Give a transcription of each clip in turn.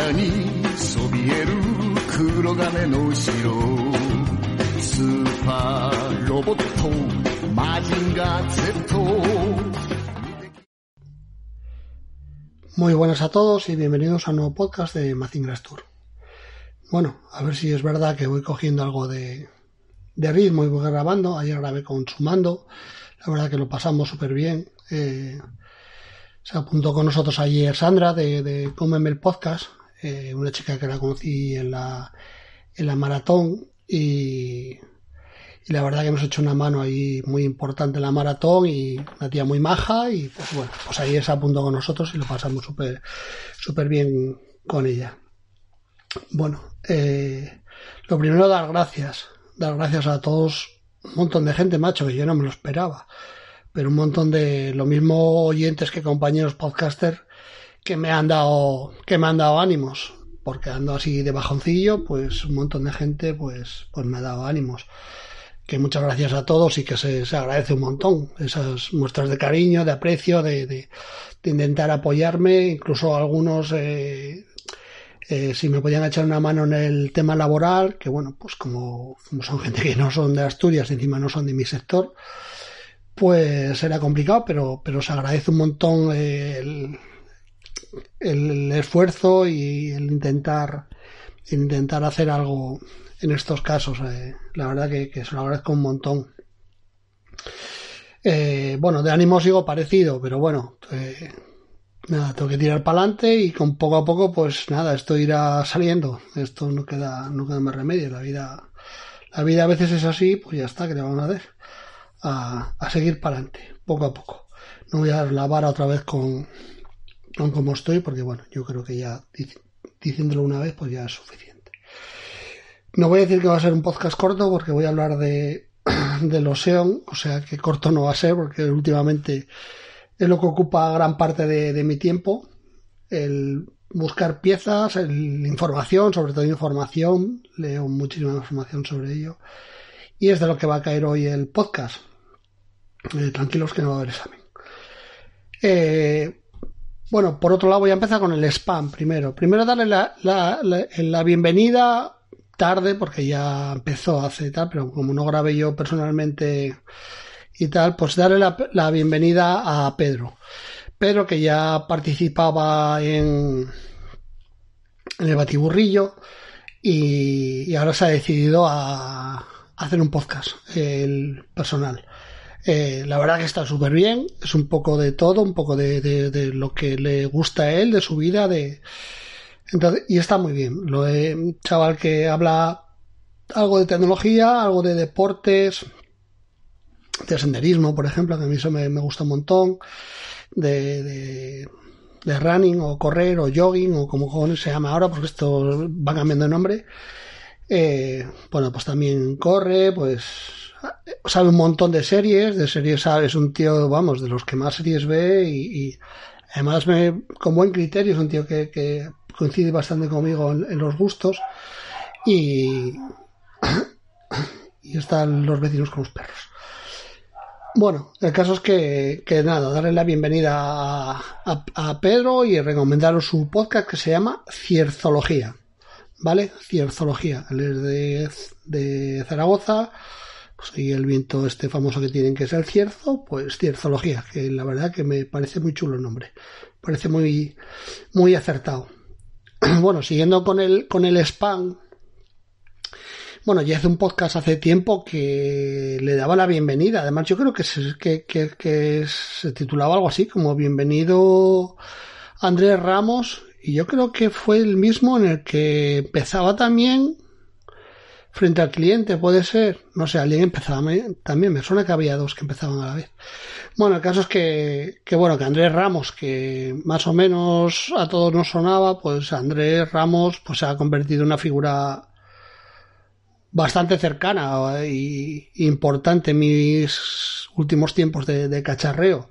中にそびえる黒金の城スーパーロボットマジンガー Z. Muy buenas a todos y bienvenidos a un nuevo podcast de Mazinger Tour. Bueno, a ver si es verdad que voy cogiendo algo de ritmo y voy grabando. Ayer grabé con su mando, la verdad que lo pasamos súper bien. Se apuntó con nosotros ayer Sandra de Cómeme el Podcast, una chica que la conocí en la maratón y la verdad que nos ha hecho una mano ahí muy importante en la maratón y una tía muy maja y pues bueno, pues ahí se apuntó con nosotros y lo pasamos súper bien con ella. Bueno, lo primero dar gracias a todos, un montón de gente, macho, que yo no me lo esperaba, pero un montón de lo mismo oyentes que compañeros podcasters que me han dado ánimos, porque ando así de bajoncillo, pues un montón de gente pues me ha dado ánimos. Que muchas gracias a todos y que se agradece un montón esas muestras de cariño, de aprecio, de intentar apoyarme, incluso algunos si me podían echar una mano en el tema laboral, que bueno, pues como son gente que no son de Asturias, encima no son de mi sector, pues era complicado, pero se agradece un montón el esfuerzo y el intentar hacer algo en estos casos. La verdad que se lo agradezco un montón. Bueno, de ánimo sigo parecido, pero bueno, nada, tengo que tirar para adelante y con poco a poco, pues nada, esto irá saliendo. Esto no queda más remedio. La vida a veces es así, pues ya está, que le vamos a hacer. A seguir para adelante, poco a poco. No voy a dar la vara otra vez con cómo estoy, porque bueno, yo creo que ya diciéndolo una vez, pues ya es suficiente. No voy a decir que va a ser un podcast corto, porque voy a hablar de los Xeon, o sea que corto no va a ser, porque últimamente es lo que ocupa gran parte de mi tiempo, el buscar piezas, información, sobre todo información, leo muchísima información sobre ello, y es de lo que va a caer hoy el podcast. Tranquilos que no va a haber examen. Bueno, por otro lado voy a empezar con el spam primero. Primero darle la bienvenida tarde, porque ya empezó hace tal, pero como no grabé yo personalmente y tal, pues darle la bienvenida a Pedro. Pedro, que ya participaba en el Batiburrillo y ahora se ha decidido a hacer un podcast, el personal. La verdad que está súper bien, es un poco de todo, un poco de lo que le gusta a él, de su vida, entonces, y está muy bien. Un chaval que habla algo de tecnología, algo de deportes, de senderismo, por ejemplo, que a mí eso me gusta un montón, de running o correr o jogging o como se llama ahora, porque esto va cambiando de nombre. Bueno, pues también corre, pues sabe un montón de series, sabe, es un tío, vamos, de los que más series ve y además con buen criterio, es un tío que coincide bastante conmigo en los gustos y están los vecinos con los perros. Bueno, el caso es que nada, darle la bienvenida a Pedro y recomendaros su podcast que se llama Cierzología, ¿vale? Cierzología, él es de Zaragoza, pues y el viento este famoso que tienen que es el cierzo, pues Cierzología, que la verdad que me parece muy chulo el nombre, parece muy, muy acertado. Bueno, siguiendo con el spam, bueno, ya hace un podcast hace tiempo que le daba la bienvenida. Además, yo creo que se titulaba algo así como Bienvenido Andrés Ramos. Y yo creo que fue el mismo en el que empezaba también frente al cliente, puede ser. No sé, alguien empezaba también. Me suena que había dos que empezaban a la vez. Bueno, el caso es que Andrés Ramos, que más o menos a todos nos sonaba, pues Andrés Ramos pues se ha convertido en una figura bastante cercana e importante en mis últimos tiempos de cacharreo.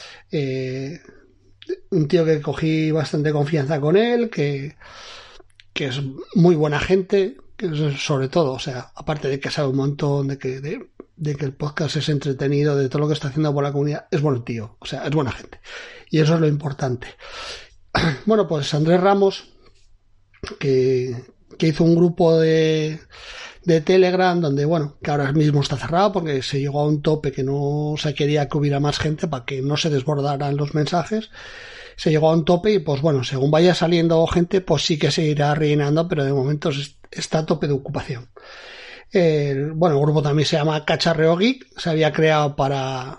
Un tío que cogí bastante confianza con él, que es muy buena gente, que sobre todo, o sea, aparte de que sabe un montón de que el podcast es entretenido, de todo lo que está haciendo por la comunidad, es buen tío, o sea, es buena gente. Y eso es lo importante. Bueno, pues Andrés Ramos que hizo un grupo de Telegram donde, bueno, que ahora mismo está cerrado porque se llegó a un tope que no se quería que hubiera más gente para que no se desbordaran los mensajes. Se llegó a un tope y, pues bueno, según vaya saliendo gente, pues sí que se irá rellenando, pero de momento está a tope de ocupación. El grupo también se llama Cacharreo Geek, se había creado para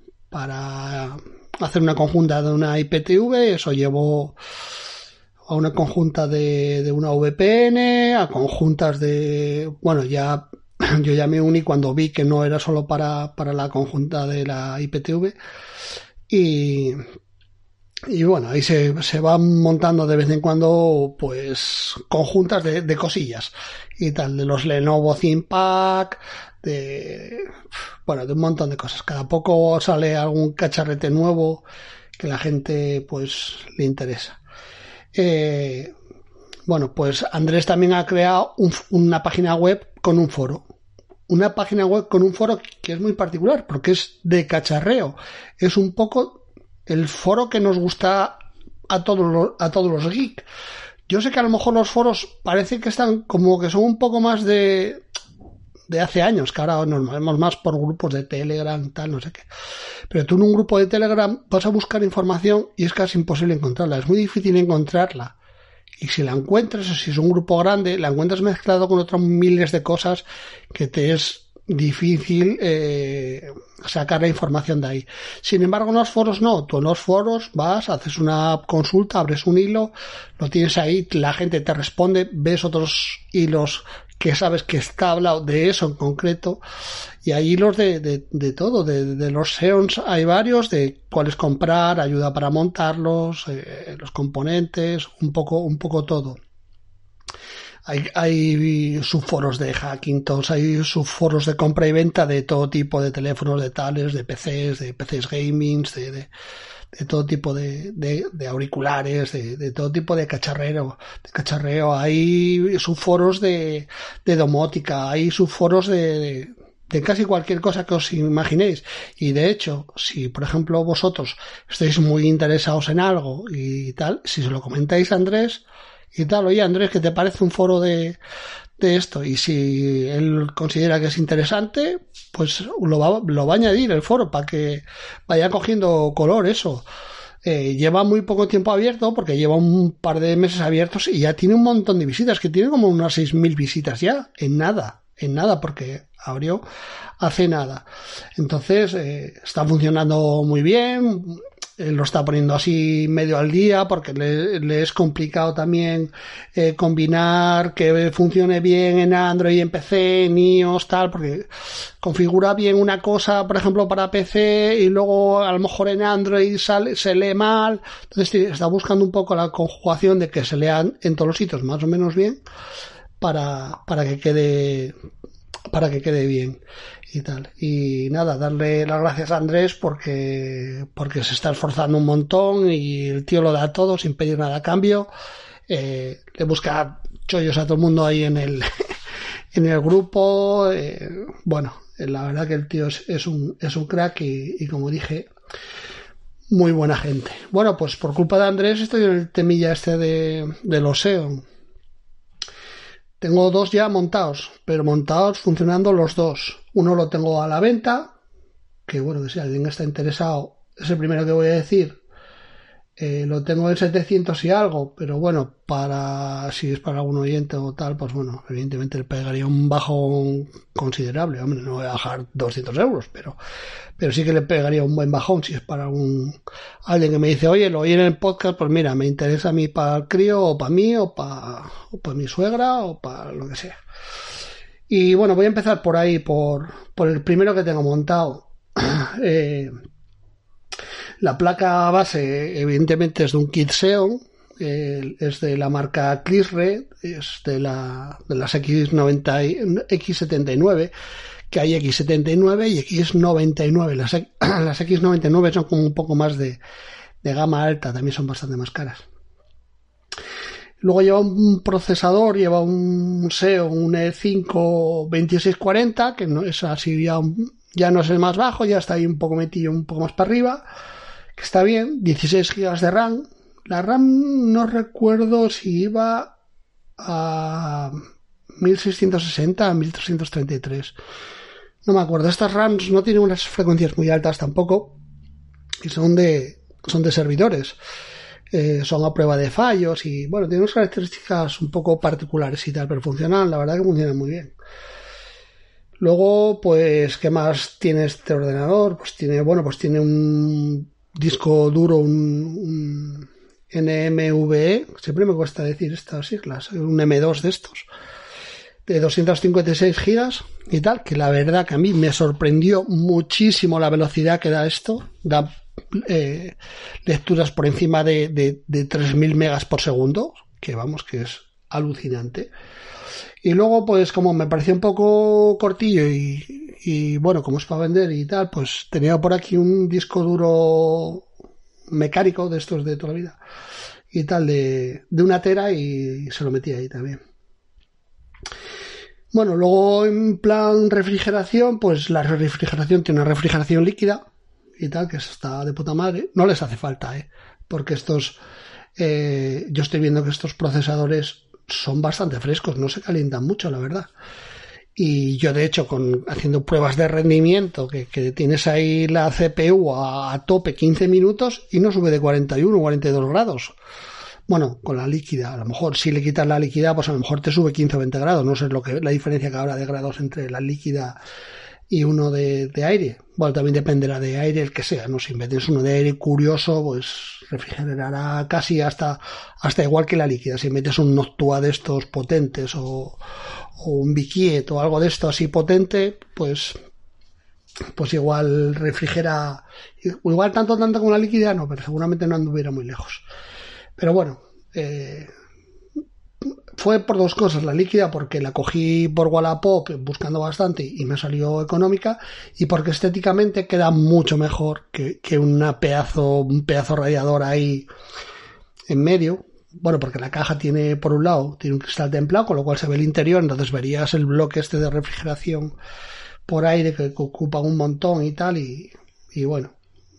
hacer una conjunta de una IPTV, eso llevó a una conjunta de una VPN, a conjuntas de... Bueno, yo ya me uní cuando vi que no era solo para la conjunta de la IPTV y bueno, ahí se van montando de vez en cuando pues conjuntas de cosillas y tal, de los Lenovo ThinkPad, de un montón de cosas. Cada poco sale algún cacharrete nuevo que la gente pues le interesa. Pues Andrés también ha creado una página web con un foro. Una página web con un foro que es muy particular porque es de cacharreo. Es un poco el foro que nos gusta a todos los geeks. Yo sé que a lo mejor los foros parece que están como que son un poco más de hace años, que ahora nos movemos más por grupos de Telegram, tal, no sé qué. Pero tú en un grupo de Telegram vas a buscar información y es casi imposible encontrarla. Es muy difícil encontrarla. Y si la encuentras, o si es un grupo grande, la encuentras mezclado con otras miles de cosas que te es difícil sacar la información de ahí. Sin embargo, en los foros no. Tú en los foros vas, haces una consulta, abres un hilo, lo tienes ahí, la gente te responde, ves otros hilos que sabes que está hablado de eso en concreto, y hay hilos de todo, de los SEOs hay varios, de cuáles comprar, ayuda para montarlos, los componentes, un poco todo. Hay subforos de Hackintosh, hay subforos de compra y venta de todo tipo de teléfonos, de tablets, de PCs gaming, de todo tipo de auriculares, de todo tipo de cacharreo. Hay subforos de domótica, hay subforos de casi cualquier cosa que os imaginéis. Y de hecho, si por ejemplo vosotros estáis muy interesados en algo y tal, si se lo comentáis a Andrés y tal, oye Andrés, ¿qué te parece un foro de esto? Y si él considera que es interesante, pues lo va a añadir el foro para que vaya cogiendo color eso. Lleva muy poco tiempo abierto porque lleva un par de meses abiertos y ya tiene un montón de visitas, que tiene como unas 6.000 visitas ya, en nada, porque abrió hace nada. Entonces está funcionando muy bien. Lo está poniendo así medio al día porque le es complicado también combinar que funcione bien en Android y en PC, en iOS, tal, porque configura bien una cosa, por ejemplo, para PC y luego a lo mejor en Android se lee mal. Entonces está buscando un poco la conjugación de que se lean en todos los sitios más o menos bien para que quede bien y tal. Y nada, darle las gracias a Andrés porque se está esforzando un montón y el tío lo da todo sin pedir nada a cambio. Le busca chollos a todo el mundo ahí en el grupo. La verdad que el tío es un crack y como dije, muy buena gente. Bueno, pues por culpa de Andrés estoy en el temilla de los SEO. Tengo 2 ya montados, pero montados funcionando los 2. Uno lo tengo a la venta, que bueno, que si alguien está interesado, es el primero que voy a decir. Lo tengo en 700 y algo, pero bueno, si es para algún oyente o tal, pues bueno, evidentemente le pegaría un bajón considerable. Hombre, no voy a bajar 200 euros, pero sí que le pegaría un buen bajón si es para alguien que me dice, oye, lo oí en el podcast, pues mira, me interesa a mí para el crío, o para mí, o para mi suegra, o para lo que sea. Y bueno, voy a empezar por ahí, por el primero que tengo montado. La placa base, evidentemente, es de un kit Xeon, es de la marca Clisre, es de las X79, que hay X79 y X99. Las X99 son como un poco más de gama alta, también son bastante más caras. Luego lleva un procesador, lleva un Xeon, un E5 2640, que no es así, ya no es el más bajo, ya está ahí un poco metido, un poco más para arriba, que está bien. 16 GB de RAM. La RAM no recuerdo si iba a 1660 a 1333. No me acuerdo. Estas RAMs no tienen unas frecuencias muy altas tampoco y son de servidores. Son a prueba de fallos y bueno, tienen unas características un poco particulares y tal, pero funcionan, la verdad que funcionan muy bien. Luego, pues, ¿qué más tiene este ordenador? Pues tiene un disco duro, un NMVE, siempre me cuesta decir estas siglas, un M2 de estos, de 256 gigas y tal, que la verdad que a mí me sorprendió muchísimo la velocidad que da esto, da lecturas por encima de 3000 megas por segundo, que vamos, que es alucinante. Y luego, pues como me pareció un poco cortillo y bueno, como es para vender y tal, pues tenía por aquí un disco duro mecánico de estos de toda la vida y tal, de 1 tera y se lo metí ahí también. Bueno, luego en plan refrigeración, pues la refrigeración tiene una refrigeración líquida y tal, que está de puta madre. No les hace falta, porque estos, yo estoy viendo que estos procesadores son bastante frescos, no se calientan mucho, la verdad. Y yo, de hecho, haciendo pruebas de rendimiento, que tienes ahí la CPU a tope 15 minutos y no sube de 41 o 42 grados. Bueno, con la líquida, a lo mejor si le quitas la líquida, pues a lo mejor te sube 15 o 20 grados. No sé la diferencia que habrá de grados entre la líquida y uno de aire. Bueno, también dependerá de aire el que sea, ¿no? Si metes uno de aire curioso, pues refrigerará casi hasta igual que la líquida. Si metes un Noctua de estos potentes o un Biquiet o algo de esto así potente, pues igual refrigera, igual tanto como la líquida, no, pero seguramente no anduviera muy lejos. Pero bueno, fue por dos cosas. La líquida, porque la cogí por Wallapop buscando bastante y me salió económica, y porque estéticamente queda mucho mejor que un pedazo radiador ahí en medio. Bueno, porque la caja tiene, por un lado, tiene un cristal templado, con lo cual se ve el interior, entonces verías el bloque este de refrigeración por aire que ocupa un montón y tal, y bueno,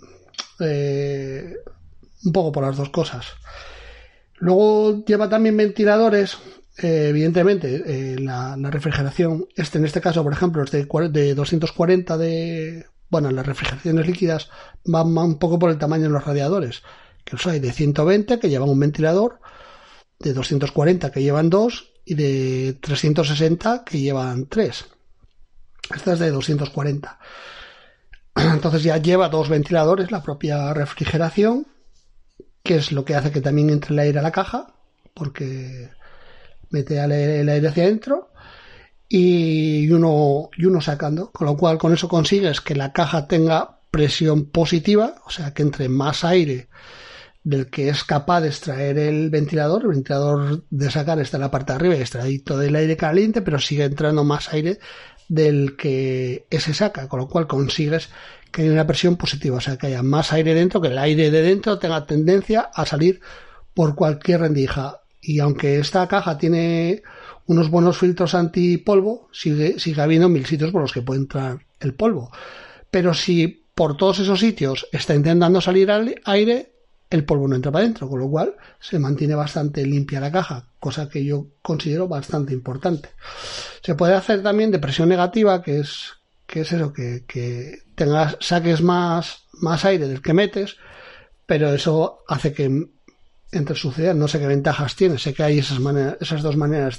un poco por las dos cosas. Luego lleva también ventiladores, evidentemente, la refrigeración, en este caso, por ejemplo, es de 240 las refrigeraciones líquidas van un poco por el tamaño de los radiadores, que los hay de 120 que llevan un ventilador, de 240 que llevan 2 y de 360 que llevan 3. Esta es de 240. Entonces ya lleva 2 ventiladores la propia refrigeración, que es lo que hace que también entre el aire a la caja, porque mete el aire hacia adentro y uno sacando, con lo cual con eso consigues que la caja tenga presión positiva, o sea que entre más aire del que es capaz de extraer el ventilador de sacar está en la parte de arriba y extraído del aire caliente, pero sigue entrando más aire del que ese saca, con lo cual consigues que haya una presión positiva, o sea que haya más aire dentro, que el aire de dentro tenga tendencia a salir por cualquier rendija. Y aunque esta caja tiene unos buenos filtros antipolvo, sigue habiendo 1000 sitios por los que puede entrar el polvo. Pero si por todos esos sitios está intentando salir aire, el polvo no entra para adentro, con lo cual se mantiene bastante limpia la caja, cosa que yo considero bastante importante. Se puede hacer también de presión negativa, que es eso, que saques más aire del que metes, pero eso hace que entre suceder, no sé qué ventajas tiene, sé que hay esas dos maneras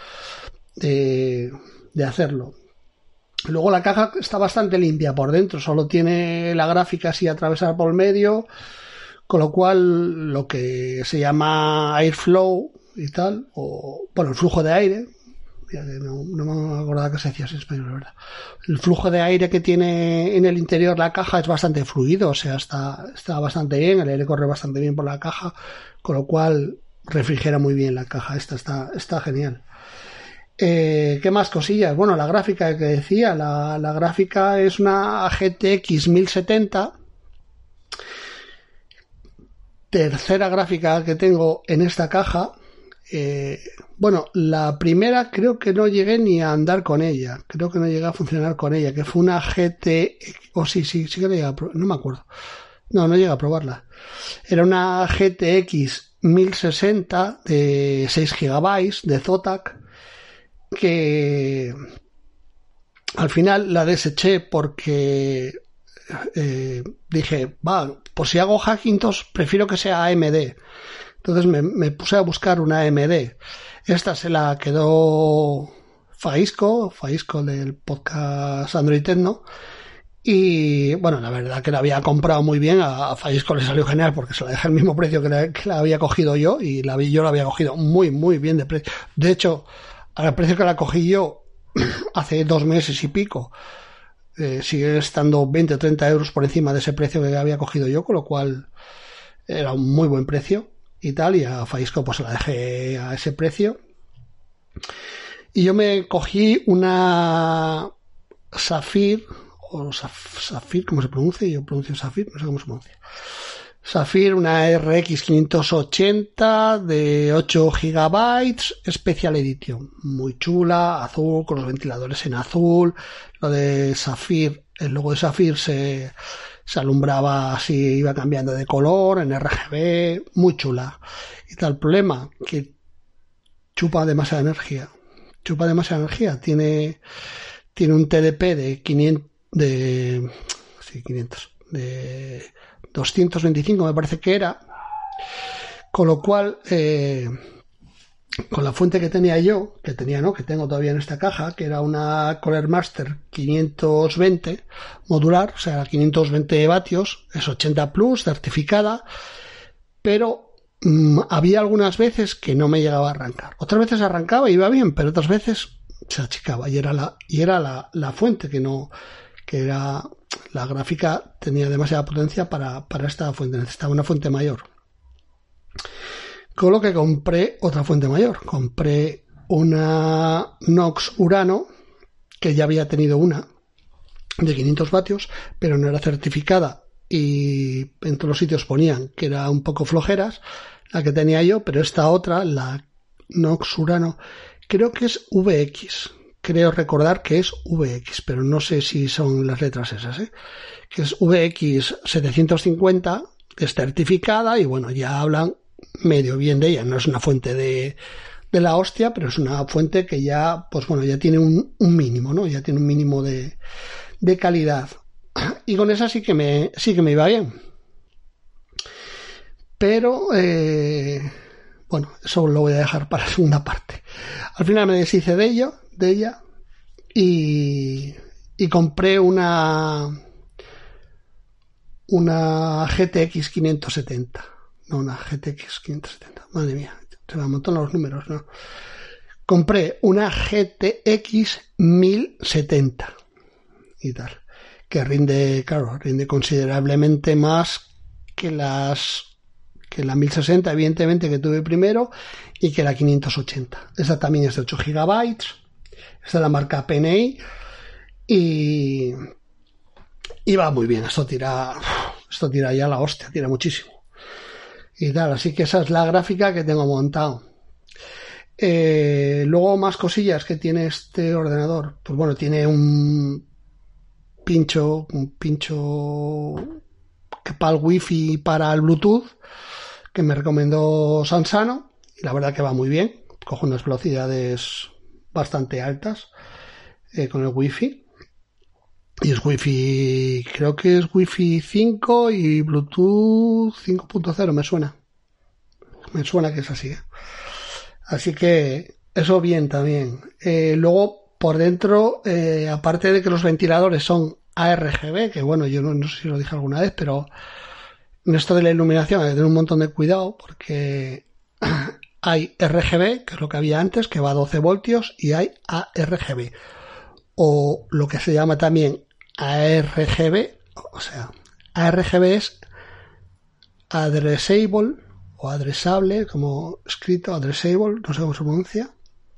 de hacerlo. Luego la caja está bastante limpia por dentro, solo tiene la gráfica así atravesada por el medio, con lo cual lo que se llama airflow y tal, o bueno, el flujo de aire, no me acordaba que se decía así en español, la verdad. El flujo de aire que tiene en el interior la caja es bastante fluido, o sea, está bastante bien, el aire corre bastante bien por la caja, con lo cual refrigera muy bien la caja, está genial. ¿Qué más cosillas? Bueno, la gráfica que decía, la gráfica es una GTX 1070, tercera gráfica que tengo en esta caja. Bueno, la primera creo que no llegué ni a andar con ella, creo que no llegué a funcionar con ella, que fue una GTX, sí que llegué a probar, no me acuerdo, no llegué a probarla, era una GTX 1060 de 6 GB de Zotac, que al final la deseché porque dije, pues si hago Hackintosh prefiero que sea AMD. Entonces me puse a buscar una AMD. Esta se la quedó Faisco del podcast Android Techno. Y bueno, la verdad que la había comprado muy bien. A Faisco le salió genial porque se la dejé al mismo precio que la había cogido yo. Y yo la había cogido muy, muy bien de precio. De hecho, al precio que la cogí yo hace 2 meses y pico, sigue estando 20 o 30 euros por encima de ese precio que había cogido yo, con lo cual era un muy buen precio y tal, y a Faisco pues la dejé a ese precio. Y yo me cogí una Zafir, o Zafir, ¿cómo se pronuncia? Yo pronuncio Zafir, no sé cómo se pronuncia. Zafir, una RX 580 de 8 GB, Special Edition. Muy chula, azul, con los ventiladores en azul. Lo de Zafir, el logo de Zafir se alumbraba así, iba cambiando de color, en RGB, muy chula. Y tal, el problema, que chupa demasiada energía. Tiene un TDP de 225 me parece que era, con lo cual con la fuente que tengo todavía en esta caja, que era una Cooler Master 520 modular, o sea 520 vatios, es 80 plus, certificada, pero había algunas veces que no me llegaba a arrancar, otras veces arrancaba y iba bien, pero otras veces se achicaba y era la fuente que era la gráfica, tenía demasiada potencia para esta fuente, necesitaba una fuente mayor. Con lo que compré otra fuente mayor, compré una Nox Urano, que ya había tenido una de 500 vatios, pero no era certificada y en todos los sitios ponían que era un poco flojeras la que tenía yo, pero esta otra, la Nox Urano, creo que es VX. Creo recordar que es VX, pero no sé si son las letras esas, que es VX 750, es certificada y bueno, ya hablan medio bien de ella. No es una fuente de la hostia, pero es una fuente que ya, pues bueno, ya tiene un mínimo, ¿no? Ya tiene un mínimo de calidad. Y con esa sí que me iba bien. Pero, bueno, eso lo voy a dejar para la segunda parte. Al final me deshice de ella y compré una GTX 570. No, una GTX 570. Madre mía, se me amontonan los números, ¿no? Compré una GTX 1070 y tal, que rinde considerablemente más que la 1060, evidentemente, que tuve primero, y que la 580. Esa también es de 8 GB. Esta es la marca PNI y va muy bien. Esto tira ya la hostia, tira muchísimo y tal, así que esa es la gráfica que tengo montado. Luego más cosillas que tiene este ordenador. Pues bueno, tiene un pincho que para el wifi, para el Bluetooth, que me recomendó Sansano, y la verdad que va muy bien. Cojo unas velocidades bastante altas con el wifi. Y es wifi, creo que es wifi 5 y Bluetooth 5.0, me suena que es así, Así que eso bien también. Luego por dentro, aparte de que los ventiladores son ARGB, que bueno, yo no sé si lo dije alguna vez, pero en esto de la iluminación hay que tener un montón de cuidado, porque hay RGB, que es lo que había antes, que va a 12 voltios, y hay ARGB, o lo que se llama también ARGB, o sea, ARGB es addressable o adresable, como escrito, addressable, no sé cómo se pronuncia,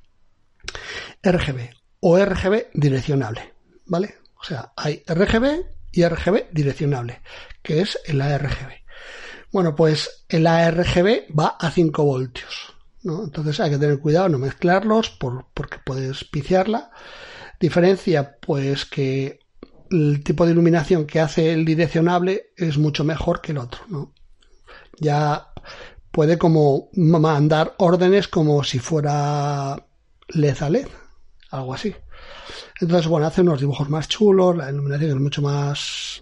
RGB o RGB direccionable, ¿vale? O sea, hay RGB y RGB direccionable, que es el ARGB. Bueno, pues el ARGB va a 5 voltios, ¿no? Entonces hay que tener cuidado, no mezclarlos porque puedes piciarla. Diferencia, pues, que el tipo de iluminación que hace el direccionable es mucho mejor que el otro, ¿no? Ya puede como mandar órdenes como si fuera LED a LED, algo así. Entonces, bueno, hace unos dibujos más chulos, la iluminación es mucho más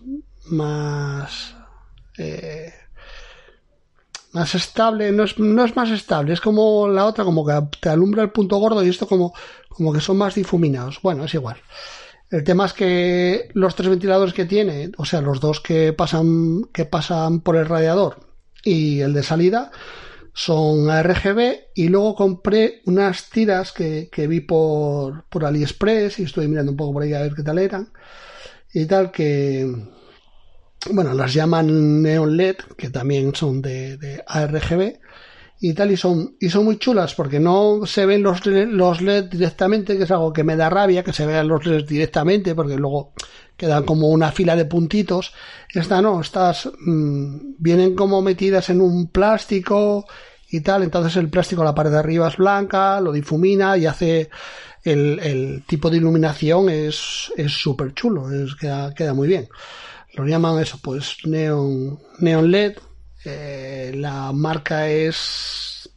estable, no es más estable, es como la otra, como que te alumbra el punto gordo, y esto como que son más difuminados. Bueno, es igual. El tema es que los 3 ventiladores que tiene, o sea, los 2 que pasan por el radiador y el de salida, son RGB, y luego compré unas tiras que vi por AliExpress, y estuve mirando un poco por ahí a ver qué tal eran y tal, que bueno, las llaman Neon LED, que también son de ARGB y tal, y son muy chulas porque no se ven los LED directamente, que es algo que me da rabia, que se vean los LED directamente, porque luego quedan como una fila de puntitos. Esta no, estas vienen como metidas en un plástico y tal, entonces el plástico, la pared de arriba es blanca, lo difumina y hace el tipo de iluminación es súper chulo, queda muy bien. Lo llaman eso, pues Neon LED. La marca es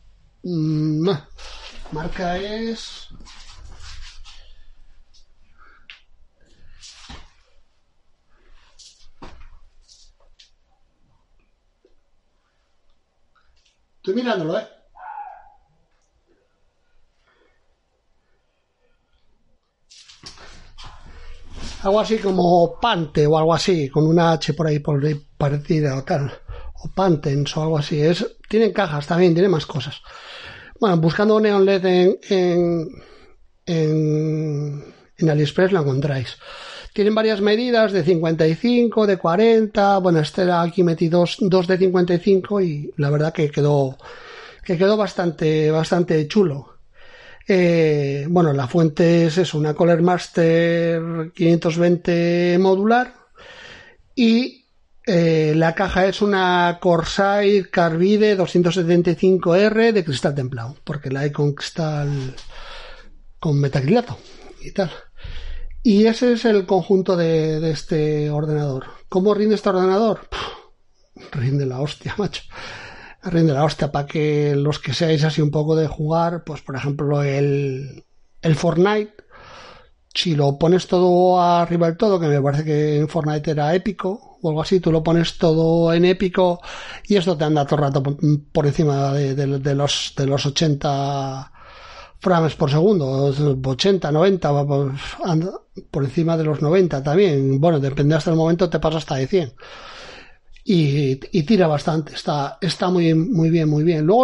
estoy mirándolo, algo así como Pante o algo así, con una H por ahí parecida o tal, o Pantens o algo así. Tienen cajas también, tiene más cosas. Bueno, buscando Neon LED en AliExpress lo encontráis. Tienen varias medidas de 55, de 40. Bueno, era aquí metí dos de 55 y la verdad que quedó bastante chulo. Bueno, la fuente es una Kohler Master 520 modular, y la caja es una Corsair Carbide 275R de cristal templado, porque la hay con cristal con metacrilato y tal. Y ese es el conjunto de este ordenador. ¿Cómo rinde este ordenador? Rinde la hostia, macho. Rinde la hostia. Para que los que seáis así un poco de jugar, pues por ejemplo el Fortnite, si lo pones todo arriba del todo, que me parece que en Fortnite era épico o algo así, tú lo pones todo en épico y esto te anda todo el rato por encima de los 80 frames por segundo, 80, 90, anda por encima de los 90 también. Bueno, depende, hasta el momento te pasa hasta de 100. Y tira bastante, está muy bien, muy bien. Luego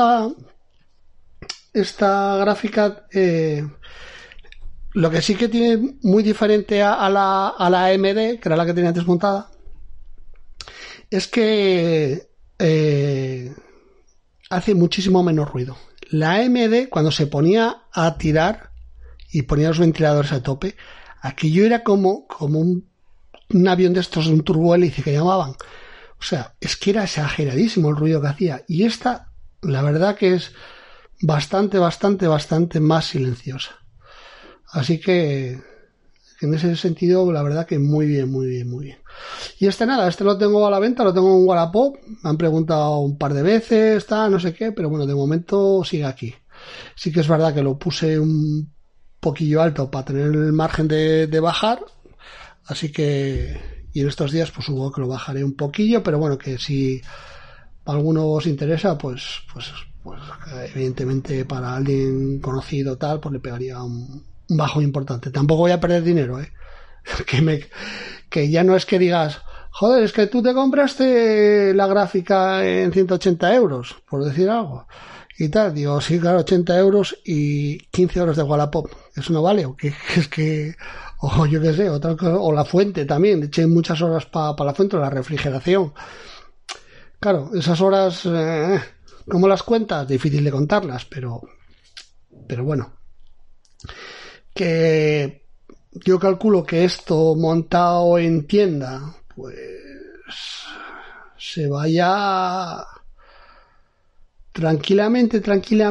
esta gráfica, lo que sí que tiene muy diferente a la AMD, que era la que tenía antes montada, es que hace muchísimo menos ruido. La AMD, cuando se ponía a tirar y ponía los ventiladores a tope, aquello era como un avión de estos, un turbohélice que llamaban. O sea, es que era exageradísimo el ruido que hacía. Y esta, la verdad que es bastante más silenciosa. Así que en ese sentido, la verdad que muy bien. Y este lo tengo a la venta, lo tengo en Wallapop. Me han preguntado un par de veces, no sé qué, pero bueno, de momento sigue aquí. Sí que es verdad que lo puse un poquillo alto para tener el margen de bajar. Así que, y en estos días pues supongo que lo bajaré un poquillo, pero bueno, que si a alguno os interesa, pues evidentemente para alguien conocido tal, pues le pegaría un bajo importante. Tampoco voy a perder dinero, que ya no es que digas, joder, es que tú te compraste la gráfica en 180 euros, por decir algo, y tal. Digo, sí, claro, 80 euros y 15 horas de Wallapop. ¿Eso no vale? ¿O qué? Es que, o yo qué sé, o la fuente también. Eché muchas horas para la fuente, la refrigeración. Claro, esas horas, ¿cómo las cuentas? Difícil de contarlas, pero bueno. Que yo calculo que esto montado en tienda, pues se vaya tranquilamente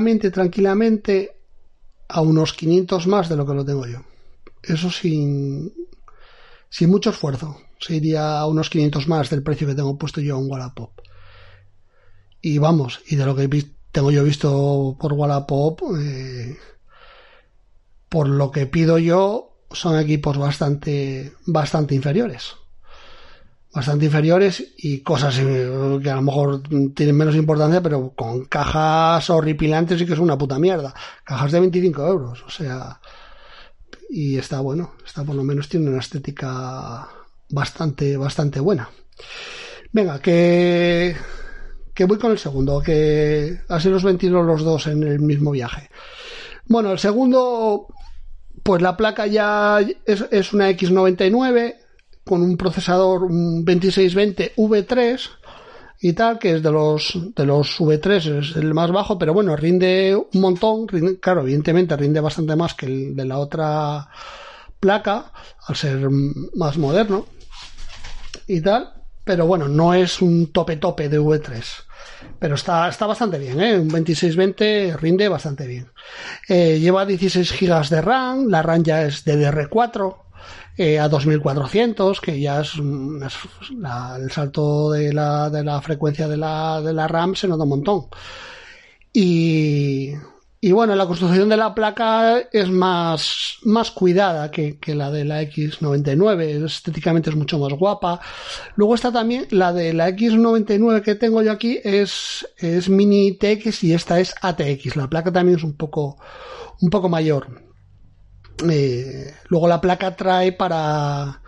a unos 500 más de lo que lo tengo yo. Eso sin mucho esfuerzo. Se iría a unos 500 más del precio que tengo puesto yo en Wallapop. y vamos, y de lo que tengo yo visto por Wallapop, por lo que pido yo, son equipos bastante inferiores. Bastante inferiores y cosas que a lo mejor tienen menos importancia, pero con cajas horripilantes y que es una puta mierda. Cajas de 25 euros, o sea, y está bueno, está por lo menos tiene una estética bastante buena. Venga, que voy con el segundo, que así los ventilo los dos en el mismo viaje. Bueno, el segundo, pues la placa ya es una X99 con un procesador, un 2620 V3 y tal, que es de los V3, es el más bajo, pero bueno, rinde un montón, claro, evidentemente rinde bastante más que el de la otra placa, al ser más moderno y tal, pero bueno, no es un tope de V3, pero está bastante bien, un 2620 rinde bastante bien. Lleva 16 GB de RAM, la RAM ya es DDR4, a 2400, que ya es el salto de la frecuencia de la RAM se nota un montón. Y bueno, la construcción de la placa es más cuidada que la de la X99, estéticamente es mucho más guapa. Luego está también la de la X99 que tengo yo aquí, es Mini TX y esta es ATX. La placa también es un poco mayor. Luego la placa trae para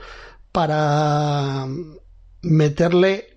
meterle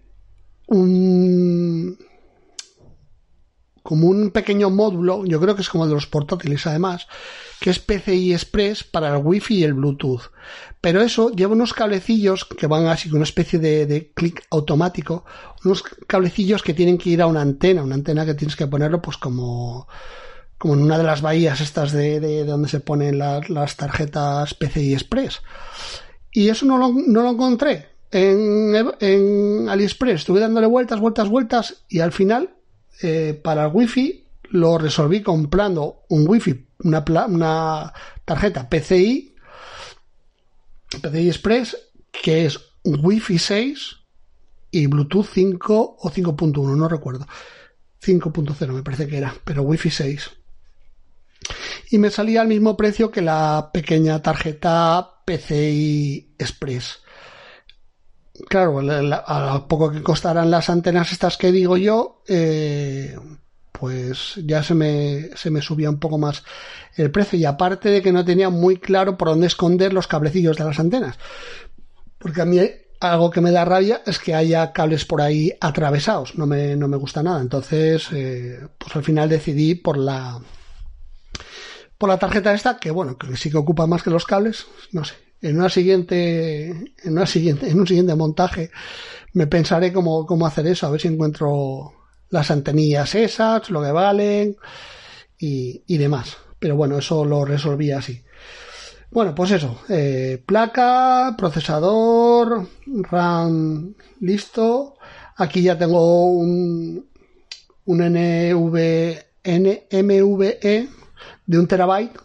como un pequeño módulo, yo creo que es como de los portátiles además, que es PCI Express para el Wi-Fi y el Bluetooth. Pero eso lleva unos cablecillos que van así con una especie de clic automático, unos cablecillos que tienen que ir a una antena que tienes que ponerlo pues como en una de las bahías estas de donde se ponen las tarjetas PCI Express. Y eso no lo encontré en AliExpress. Estuve dándole vueltas y al final, para el Wi-Fi, lo resolví comprando un Wi-Fi, una tarjeta PCI Express, que es un Wi-Fi 6 y Bluetooth 5 o 5.1, no recuerdo. 5.0 me parece que era, pero Wi-Fi 6. Y me salía al mismo precio que la pequeña tarjeta PCI Express. Claro, a poco que costaran las antenas estas que digo yo, pues ya se me subía un poco más el precio. Y aparte de que no tenía muy claro por dónde esconder los cablecillos de las antenas. Porque a mí algo que me da rabia es que haya cables por ahí atravesados. No me gusta nada. Entonces, pues al final decidí por la tarjeta esta, que bueno, que sí que ocupa más que los cables, no sé. En un siguiente montaje me pensaré cómo hacer eso, a ver si encuentro las antenillas esas, lo que valen y demás. Pero bueno, eso lo resolví así. Bueno, pues eso, placa, procesador, RAM listo. Aquí ya tengo un MVE de 1 terabyte,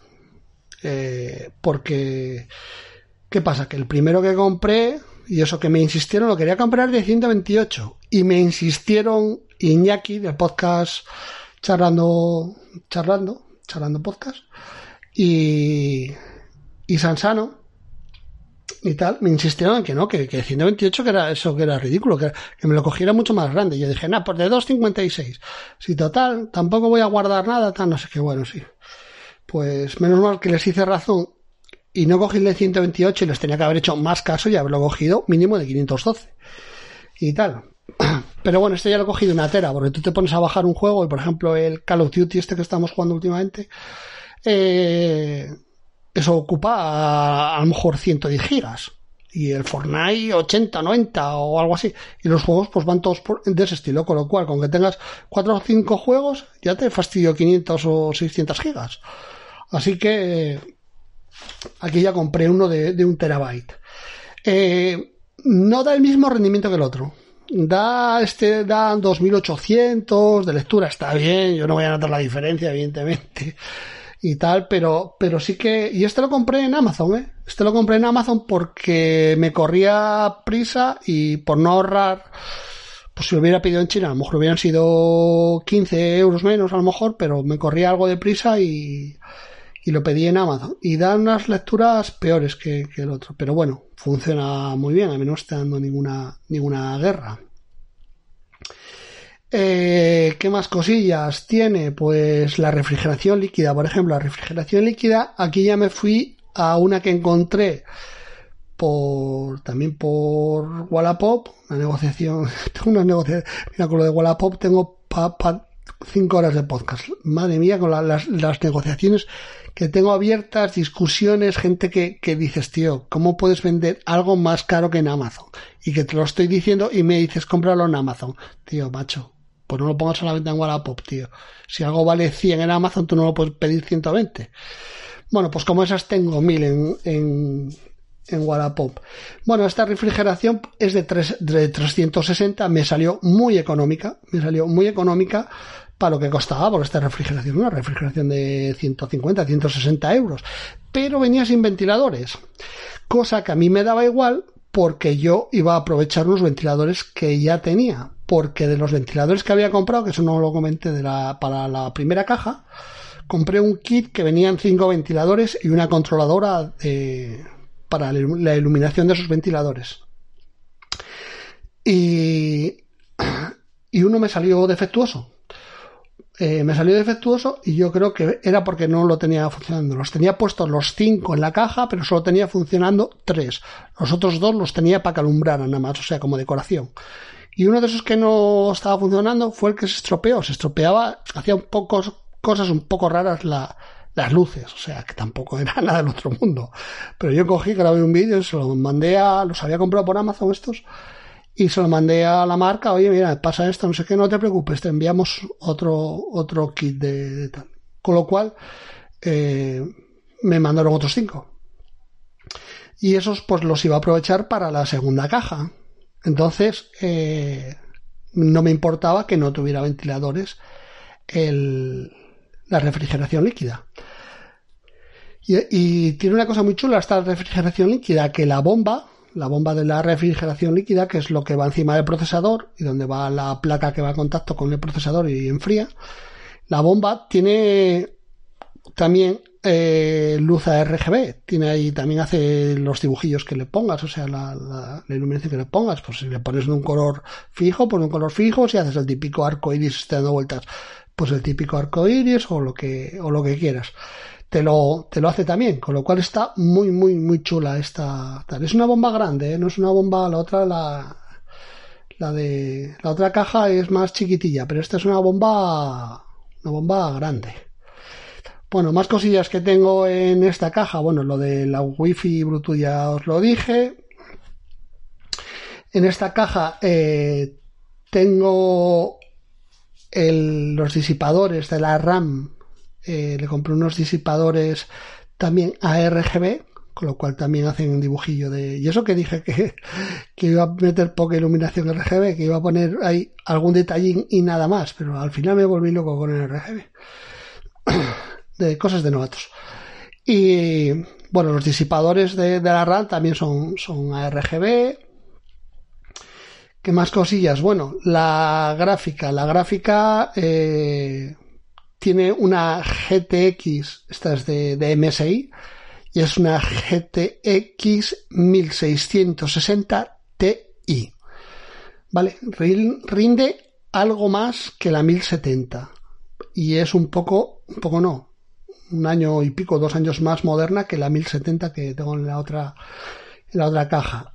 porque ¿qué pasa? Que el primero que compré, y eso que me insistieron, lo quería comprar de 128, y me insistieron Iñaki del podcast Charlando Podcast y Sansano y tal, me insistieron en que no, que 128 que era ridículo, que me lo cogiera mucho más grande. Yo dije, pues de 256. Si total, tampoco voy a guardar nada, tal, no sé qué, bueno, sí. Pues menos mal que les hice razón y no cogí el de 128 y les tenía que haber hecho más caso y haberlo cogido mínimo de 512 y tal. Pero bueno, este ya lo he cogido 1 tera, porque tú te pones a bajar un juego y por ejemplo el Call of Duty este que estamos jugando últimamente, eso ocupa a lo mejor 110 gigas y el Fortnite 80, 90 o algo así, y los juegos pues van todos de ese estilo, con lo cual con que tengas 4 o 5 juegos ya te fastidio 500 o 600 gigas. Así que aquí ya compré uno de 1 terabyte. No da el mismo rendimiento que el otro. Da 2800 de lectura, está bien, yo no voy a notar la diferencia evidentemente y tal, pero sí que, y este lo compré en Amazon, este lo compré en Amazon porque me corría prisa y por no ahorrar pues si lo hubiera pedido en China, a lo mejor hubieran sido 15 euros menos, a lo mejor, pero me corría algo de prisa y lo pedí en Amazon. Y da unas lecturas peores que el otro. Pero bueno, funciona muy bien, a mí no está dando ninguna guerra. ¿Qué más cosillas tiene? Pues la refrigeración líquida, por ejemplo. La refrigeración líquida, aquí ya me fui a una que encontré también por Wallapop, una negociación. Tengo una negociación. Mira, con lo de Wallapop tengo 5 horas de podcast. Madre mía, con las negociaciones que tengo abiertas, discusiones, gente que dices, tío, ¿cómo puedes vender algo más caro que en Amazon? Y que te lo estoy diciendo y me dices, cómpralo en Amazon. Tío, macho, pues no lo pongas a la venta en Wallapop, tío. Si algo vale 100 en Amazon, tú no lo puedes pedir 120. Bueno, pues como esas tengo 1000 en Wallapop. Bueno, esta refrigeración es de 360, me salió muy económica para lo que costaba por esta refrigeración, una refrigeración de 150, 160 euros, pero venía sin ventiladores, cosa que a mí me daba igual porque yo iba a aprovechar los ventiladores que ya tenía, porque de los ventiladores que había comprado, que eso no lo comenté para la primera caja, compré un kit que venían 5 ventiladores y una controladora para la iluminación de esos ventiladores. Y uno me salió defectuoso. Y yo creo que era porque no lo tenía funcionando. Los tenía puestos los 5 en la caja, pero solo tenía funcionando 3. Los otros 2 los tenía para que alumbraran nada más, o sea, como decoración. Y uno de esos que no estaba funcionando fue el que se estropeó. Se estropeaba, hacía cosas un poco raras las luces, o sea, que tampoco era nada del otro mundo. Pero yo cogí, grabé un vídeo y se lo mandé los había comprado por Amazon estos, y se lo mandé a la marca, oye, mira, pasa esto, no sé qué, no te preocupes, te enviamos otro kit de tal. Con lo cual, me mandaron otros 5. Y esos pues los iba a aprovechar para la segunda caja. Entonces, no me importaba que no tuviera ventiladores la refrigeración líquida. Y tiene una cosa muy chula esta refrigeración líquida, que la bomba de la refrigeración líquida, que es lo que va encima del procesador y donde va la placa que va en contacto con el procesador y enfría, la bomba tiene también luz a RGB, tiene ahí, también hace los dibujillos que le pongas, o sea, la iluminación que le pongas, pues si le pones de un color fijo, pues un color fijo, si haces el típico arco iris dando vueltas, pues el típico arco iris o lo que quieras. Te lo hace también, con lo cual está muy, muy, muy chula esta. Es una bomba grande, ¿eh? No es una bomba, la otra caja es más chiquitilla, pero esta es una bomba grande. Bueno, más cosillas que tengo en esta caja. Bueno, lo de la Wi-Fi y Bluetooth ya os lo dije. En esta caja tengo los disipadores de la RAM. Le compré unos disipadores también a RGB, con lo cual también hacen un dibujillo y eso que dije que iba a meter poca iluminación RGB, que iba a poner ahí algún detallín y nada más, pero al final me volví loco con el RGB. De cosas de novatos. Y bueno, los disipadores de la RAM también son a RGB. ¿Qué más cosillas? Bueno, la gráfica tiene una GTX, esta es de MSI, y es una GTX 1660 Ti. Vale, rinde algo más que la 1070 y es un año y pico, 2 años más moderna que la 1070 que tengo en la otra caja.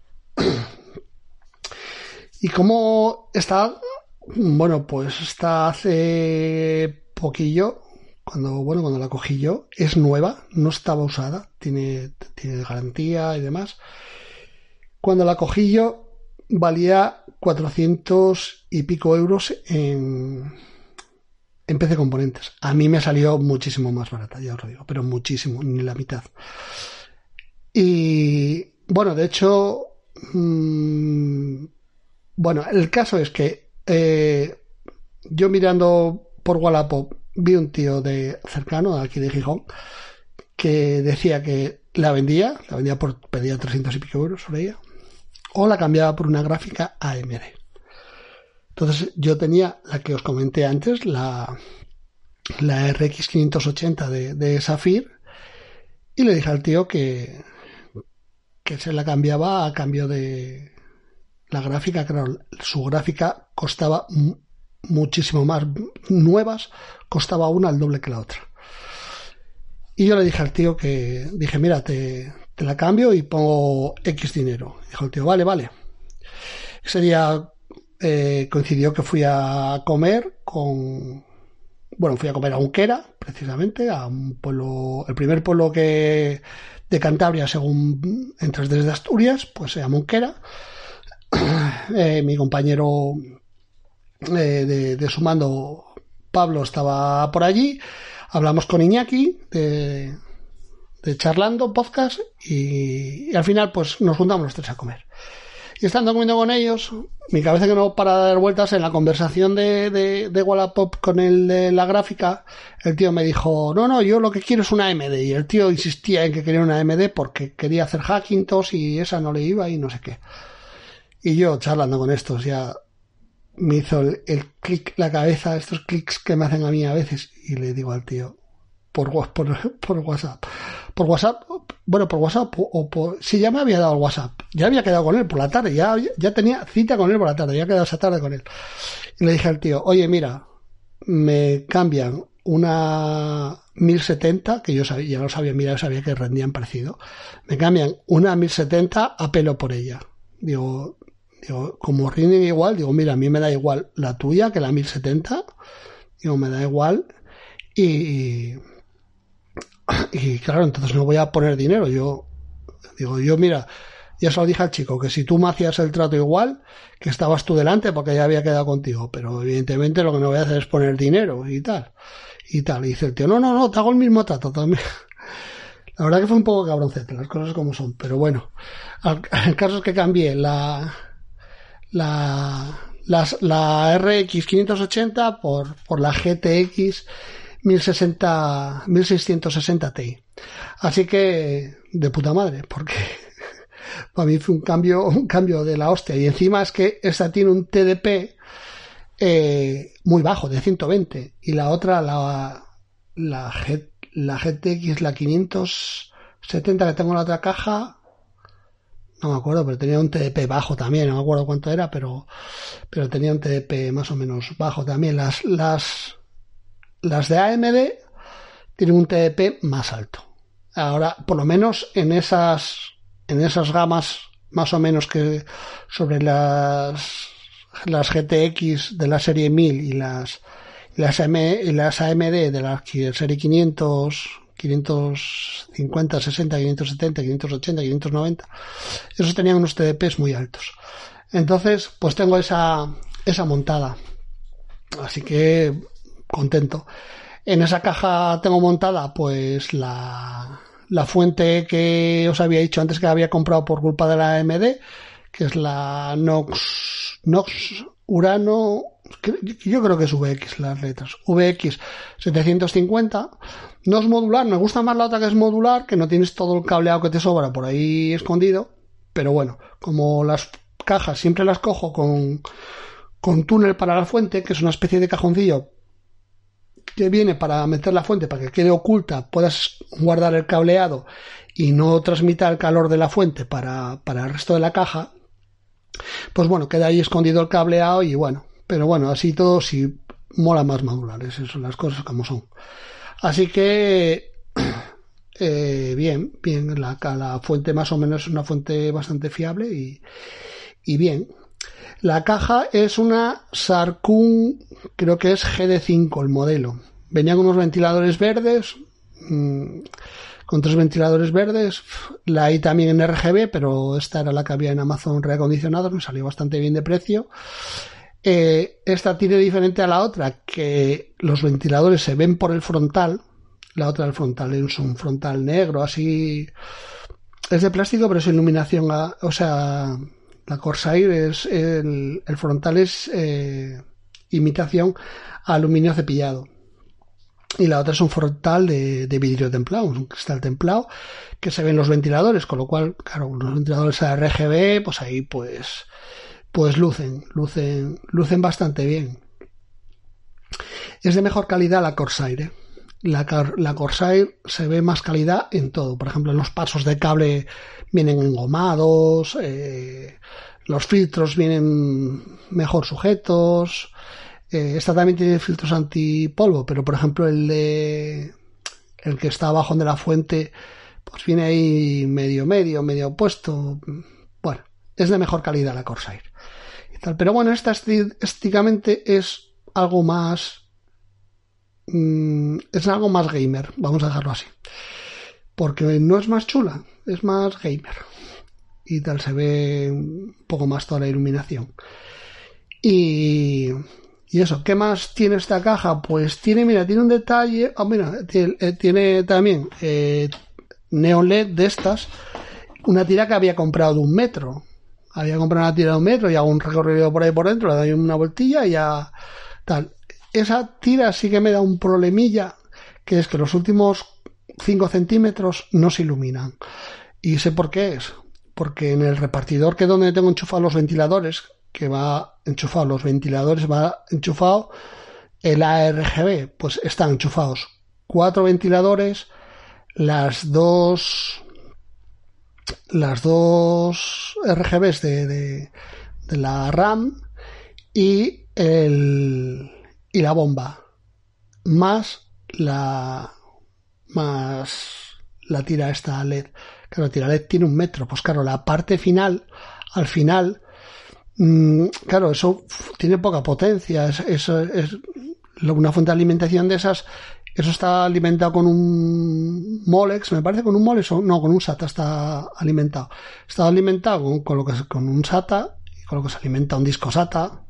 Y como está, bueno, pues está hace poquillo, cuando la cogí yo, es nueva, no estaba usada, tiene garantía y demás. Cuando la cogí yo valía 400 y pico euros en PC Componentes. A mí me salió muchísimo más barata, ya os lo digo, pero muchísimo, ni la mitad. Y bueno, de hecho, bueno, el caso es que yo mirando por Wallapop vi un tío cercano, aquí de Gijón, que decía que la vendía pedía 300 y pico euros sobre ella, o la cambiaba por una gráfica AMD. Entonces yo tenía la que os comenté antes, la RX 580 de Saphir, y le dije al tío que se la cambiaba a cambio de la gráfica. Claro, su gráfica costaba muchísimo más. Nuevas costaba una al doble que la otra. Y yo le dije al tío que dije, mira, te la cambio y pongo X dinero. Dijo el tío, vale. Ese día coincidió que fui a comer fui a comer a Unquera, precisamente, a un pueblo, el primer pueblo de Cantabria, según entras desde Asturias, pues se llama Unquera. Mi compañero de su mando, Pablo, estaba por allí. Hablamos con Iñaki de Charlando Podcast y al final pues nos juntamos los tres a comer. Y estando comiendo con ellos, mi cabeza que no para de dar vueltas en la conversación de Wallapop con el de la gráfica, el tío me dijo, no, yo lo que quiero es una AMD. Y el tío insistía en que quería una AMD porque quería hacer Hackintosh y esa no le iba y no sé qué. Y yo charlando con estos ya me hizo el clic la cabeza, estos clics que me hacen a mí a veces, y le digo al tío por WhatsApp, si ya me había dado el WhatsApp, ya había quedado con él por la tarde, ya tenía cita con él por la tarde, ya he quedado esa tarde con él, y le dije al tío, oye, mira, me cambian una 1070, que yo sabía, ya lo sabía, mira, yo sabía que rendían parecido, me cambian una 1070 a pelo por ella. Digo, como rinden igual, digo, mira, a mí me da igual la tuya que la 1070, digo, me da igual, y claro, entonces no voy a poner dinero. Yo mira, ya se lo dije al chico, que si tú me hacías el trato igual, que estabas tú delante porque ya había quedado contigo, pero evidentemente lo que no voy a hacer es poner dinero y tal. Y dice el tío, no, te hago el mismo trato también. La verdad que fue un poco cabroncete, las cosas como son, pero bueno, el caso es que cambié la RX 580 por la GTX 1660 Ti. Así que de puta madre, porque para mí fue un cambio de la hostia. Y encima es que esta tiene un TDP muy bajo, de 120, y la otra, la GTX, la 570 que tengo en la otra caja, no me acuerdo, pero tenía un TDP bajo también, no me acuerdo cuánto era, pero tenía un TDP más o menos bajo también. Las de AMD tienen un TDP más alto. Ahora, por lo menos en esas gamas más o menos que sobre las GTX de la serie 1000 y las AMD de la serie 500, 550, 60, 570, 580, 590, esos tenían unos TDPs muy altos. Entonces, pues tengo esa montada. Así que contento. En esa caja tengo montada pues la fuente que os había dicho antes que había comprado por culpa de la AMD, que es la Nox Urano, yo creo que es VX las letras, VX 750. No es modular, me gusta más la otra que es modular, que no tienes todo el cableado que te sobra por ahí escondido, pero bueno, como las cajas siempre las cojo con túnel para la fuente, que es una especie de cajoncillo que viene para meter la fuente para que quede oculta, puedas guardar el cableado y no transmita el calor de la fuente para el resto de la caja, pues bueno, queda ahí escondido el cableado y bueno, pero bueno, así todo sí mola más modulares, eso son las cosas como son. Así que bien, la fuente más o menos es una fuente bastante fiable y bien. La caja es una Sarkun, creo que es GD5 el modelo. Venía con unos ventiladores verdes, con 3 ventiladores verdes. La hay también en RGB, pero esta era la que había en Amazon reacondicionados, me salió bastante bien de precio. Esta tiene diferente a la otra, que los ventiladores se ven por el frontal. La otra, el frontal es un frontal negro, así. Es de plástico, pero es iluminación, la Corsair es el frontal es imitación a aluminio cepillado, y la otra es un frontal de vidrio templado, un cristal templado que se ven los ventiladores, con lo cual, claro, los ventiladores a RGB, pues ahí pues pues lucen bastante bien. Es de mejor calidad la Corsair, ¿eh? La Corsair se ve más calidad en todo. Por ejemplo, en los pasos de cable vienen engomados, los filtros vienen mejor sujetos. Esta también tiene filtros antipolvo, pero por ejemplo el que está abajo de la fuente, pues viene ahí medio puesto. Bueno, es de mejor calidad la Corsair y tal. Pero bueno, esta estéticamente es algo más gamer, vamos a dejarlo así, porque no es más chula, es más gamer y tal, se ve un poco más toda la iluminación y eso. ¿Qué más tiene esta caja? Pues tiene un detalle, tiene también neon LED de estas, una tira que había comprado de 1 metro. Había comprado una tira de 1 metro y hago un recorrido por ahí por dentro, le doy una vueltilla y ya tal. Esa tira sí que me da un problemilla, que es que los últimos 5 centímetros no se iluminan. Y sé por qué es. Porque en el repartidor, que es donde tengo enchufados los ventiladores, va enchufado el ARGB, pues están enchufados 4 ventiladores, las dos RGBs de la RAM y la bomba, más la tira esta LED. Claro, la tira LED tiene 1 metro. Pues claro, la parte final, al final, claro, eso tiene poca potencia. Es una fuente de alimentación de esas. Eso está alimentado con un Molex, me parece, con un Molex, no, con un SATA está alimentado. Está alimentado con un SATA, con lo que se alimenta un disco SATA.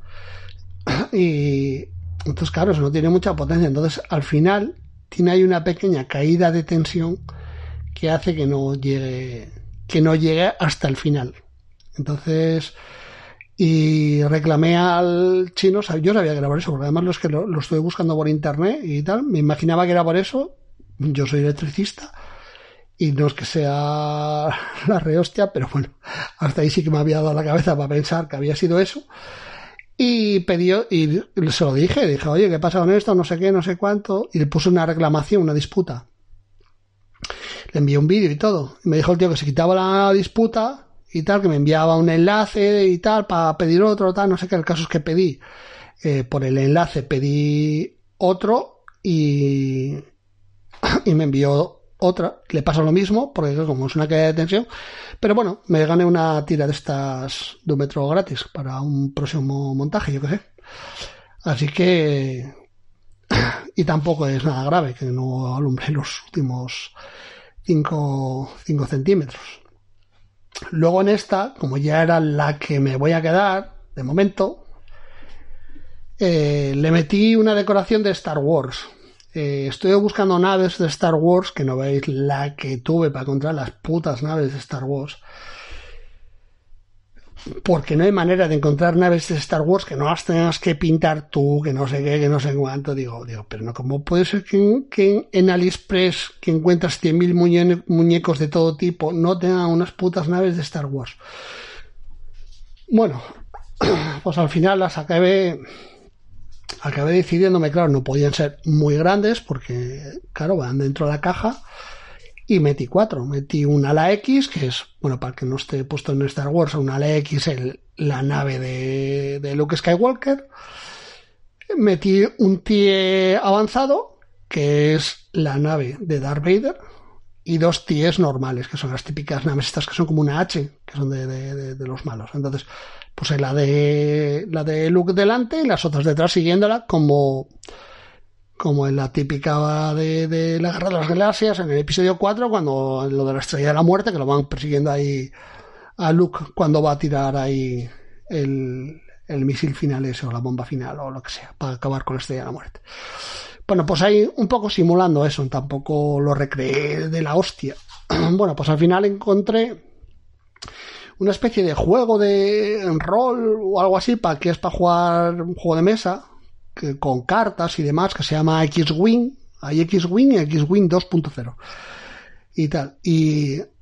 Y entonces, claro, eso no tiene mucha potencia. Entonces, al final, tiene ahí una pequeña caída de tensión que hace que no llegue hasta el final. Entonces, y reclamé al chino, yo sabía que era por eso, porque además lo estuve buscando por internet y tal, me imaginaba que era por eso. Yo soy electricista y no es que sea la rehostia, pero bueno, hasta ahí sí que me había dado la cabeza para pensar que había sido eso. Y pidió, y se lo dije, oye, ¿qué pasa con esto? No sé qué, no sé cuánto. Y le puse una reclamación, una disputa. Le envié un vídeo y todo. Y me dijo el tío que se quitaba la disputa y tal, que me enviaba un enlace y tal para pedir otro, tal, no sé qué. El caso es que pedí, por el enlace pedí otro y me envió otra. Le pasa lo mismo, porque como es una caída de tensión. Pero bueno, me gané una tira de estas de 1 metro gratis para un próximo montaje, yo qué sé. Así que... Y tampoco es nada grave, que no alumbre los últimos 5 centímetros. Luego en esta, como ya era la que me voy a quedar, de momento, le metí una decoración de Star Wars. Estoy buscando naves de Star Wars, que no veis la que tuve para encontrar las putas naves de Star Wars. Porque no hay manera de encontrar naves de Star Wars que no las tengas que pintar tú, que no sé qué, que no sé cuánto. Digo, pero no, ¿cómo puede ser que en AliExpress, que encuentras 100.000 muñecos de todo tipo, no tengan unas putas naves de Star Wars? Bueno, pues al final las acabé decidiéndome, claro, no podían ser muy grandes porque, claro, van dentro de la caja, y metí 4. Metí un ala X, que es, bueno, para que no esté puesto en Star Wars, un ala X es la nave de Luke Skywalker. Metí un TIE avanzado, que es la nave de Darth Vader, y 2 TIEs normales, que son las típicas naves estas que son como una H, que son de los malos. Entonces, pues la de Luke delante y las otras detrás siguiéndola, como en la típica de la Guerra de las Galaxias, en el episodio 4, cuando lo de la Estrella de la Muerte, que lo van persiguiendo ahí a Luke cuando va a tirar ahí el misil final ese, o la bomba final, o lo que sea, para acabar con la Estrella de la Muerte. Bueno, pues ahí un poco simulando eso, tampoco lo recreé de la hostia. Bueno, pues al final encontré una especie de juego de rol o algo así, que es para jugar un juego de mesa, con cartas y demás, que se llama X-Wing. Hay X-Wing y X-Wing 2.0 y tal. Y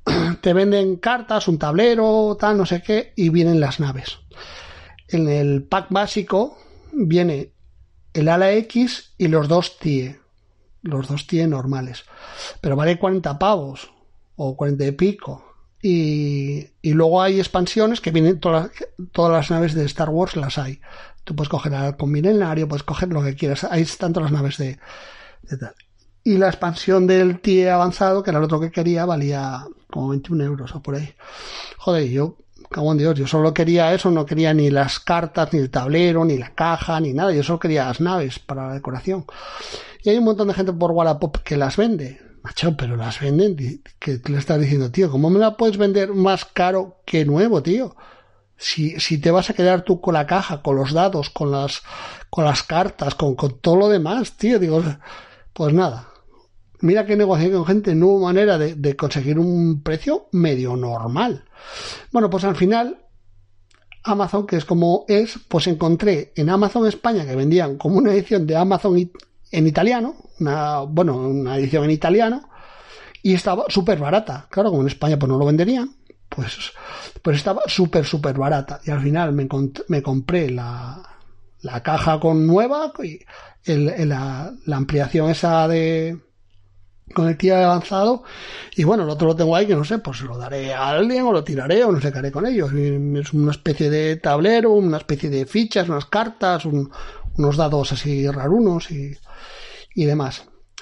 te venden cartas, un tablero, tal, no sé qué, y vienen las naves. En el pack básico viene el ala X y los 2 TIE. Los 2 TIE normales. Pero vale 40 pavos o 40 y pico. Y luego hay expansiones que vienen todas las naves de Star Wars, las hay. Tú puedes coger el halcón milenario, puedes coger lo que quieras. Ahí están todas las naves de tal. Y la expansión del TIE avanzado, que era el otro que quería, valía como 21 euros o por ahí. Joder, yo, cago en Dios, yo solo quería eso, no quería ni las cartas, ni el tablero, ni la caja, ni nada. Yo solo quería las naves para la decoración. Y hay un montón de gente por Wallapop que las vende. Macho, pero las venden, que le estás diciendo, tío, ¿cómo me la puedes vender más caro que nuevo, tío? Si te vas a quedar tú con la caja, con los dados, con las cartas, con todo lo demás, tío, digo, pues nada. Mira que negocié con gente, no hubo manera de conseguir un precio medio normal. Bueno, pues al final, Amazon, que es como es, pues encontré en Amazon España que vendían como una edición de Amazon en italiano, una edición en italiano, y estaba súper barata. Claro, como en España pues no lo venderían, pues estaba súper barata. Y al final me compré la caja con nueva y la ampliación esa con el TIE avanzado, y bueno, el otro lo tengo ahí que no sé, pues lo daré a alguien o lo tiraré o no sé qué haré con ellos. Es una especie de tablero, una especie de fichas, unas cartas, unos dados así rarunos y demás.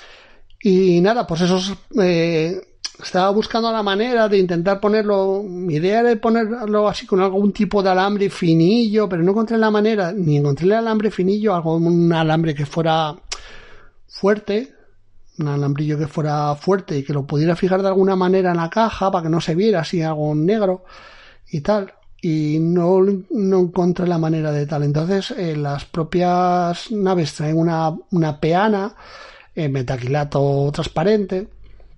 Y nada, pues esos estaba buscando la manera de intentar ponerlo. Mi idea era ponerlo así con algún tipo de alambre finillo, pero no encontré la manera, ni encontré el alambre finillo, un alambre que fuera fuerte, un alambrillo que fuera fuerte y que lo pudiera fijar de alguna manera en la caja para que no se viera así algo negro y tal. Y no encontré la manera de tal. Entonces las propias naves traen una peana metaquilato transparente,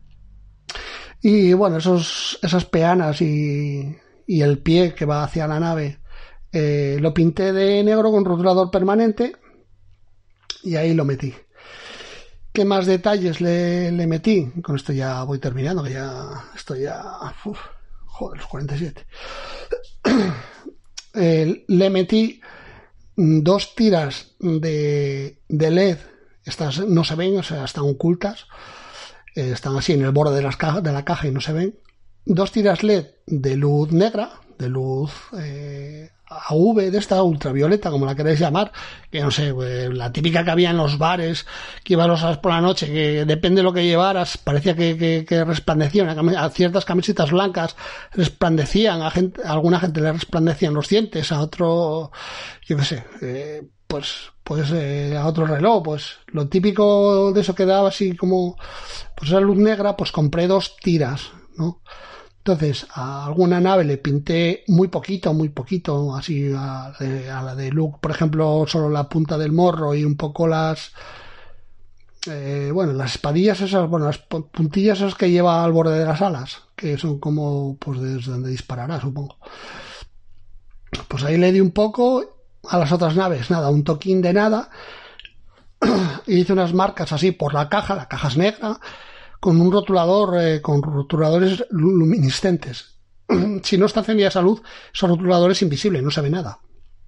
y bueno, esas peanas y el pie que va hacia la nave lo pinté de negro con rotulador permanente y ahí lo metí. ¿Qué más detalles le metí? Con esto ya voy terminando, que ya estoy los 47. Le metí 2 tiras de LED. Estas no se ven, o sea, están ocultas. Están así en el borde de la caja y no se ven. 2 tiras LED de luz negra, de luz AV, de esta ultravioleta, como la queréis llamar, que no sé, la típica que había en los bares, que ibas por la noche, que depende de lo que llevaras, parecía que resplandecían. A ciertas camisetas blancas resplandecían, a alguna gente le resplandecían los dientes, a otro, yo qué sé, a otro reloj, pues lo típico de eso que daba así como, pues esa luz negra, pues compré 2 tiras, ¿no? Entonces, a alguna nave le pinté muy poquito, así a la de Luke, por ejemplo, solo la punta del morro y un poco las espadillas esas, las puntillas esas que lleva al borde de las alas, que son como, pues desde donde disparará, supongo. Pues ahí le di un poco. A las otras naves, nada, un toquín de nada. Y hice unas marcas así por la caja es negra, con un rotulador, con rotuladores luminiscentes. Si no está encendida esa luz, esos rotuladores invisibles, no se ve nada.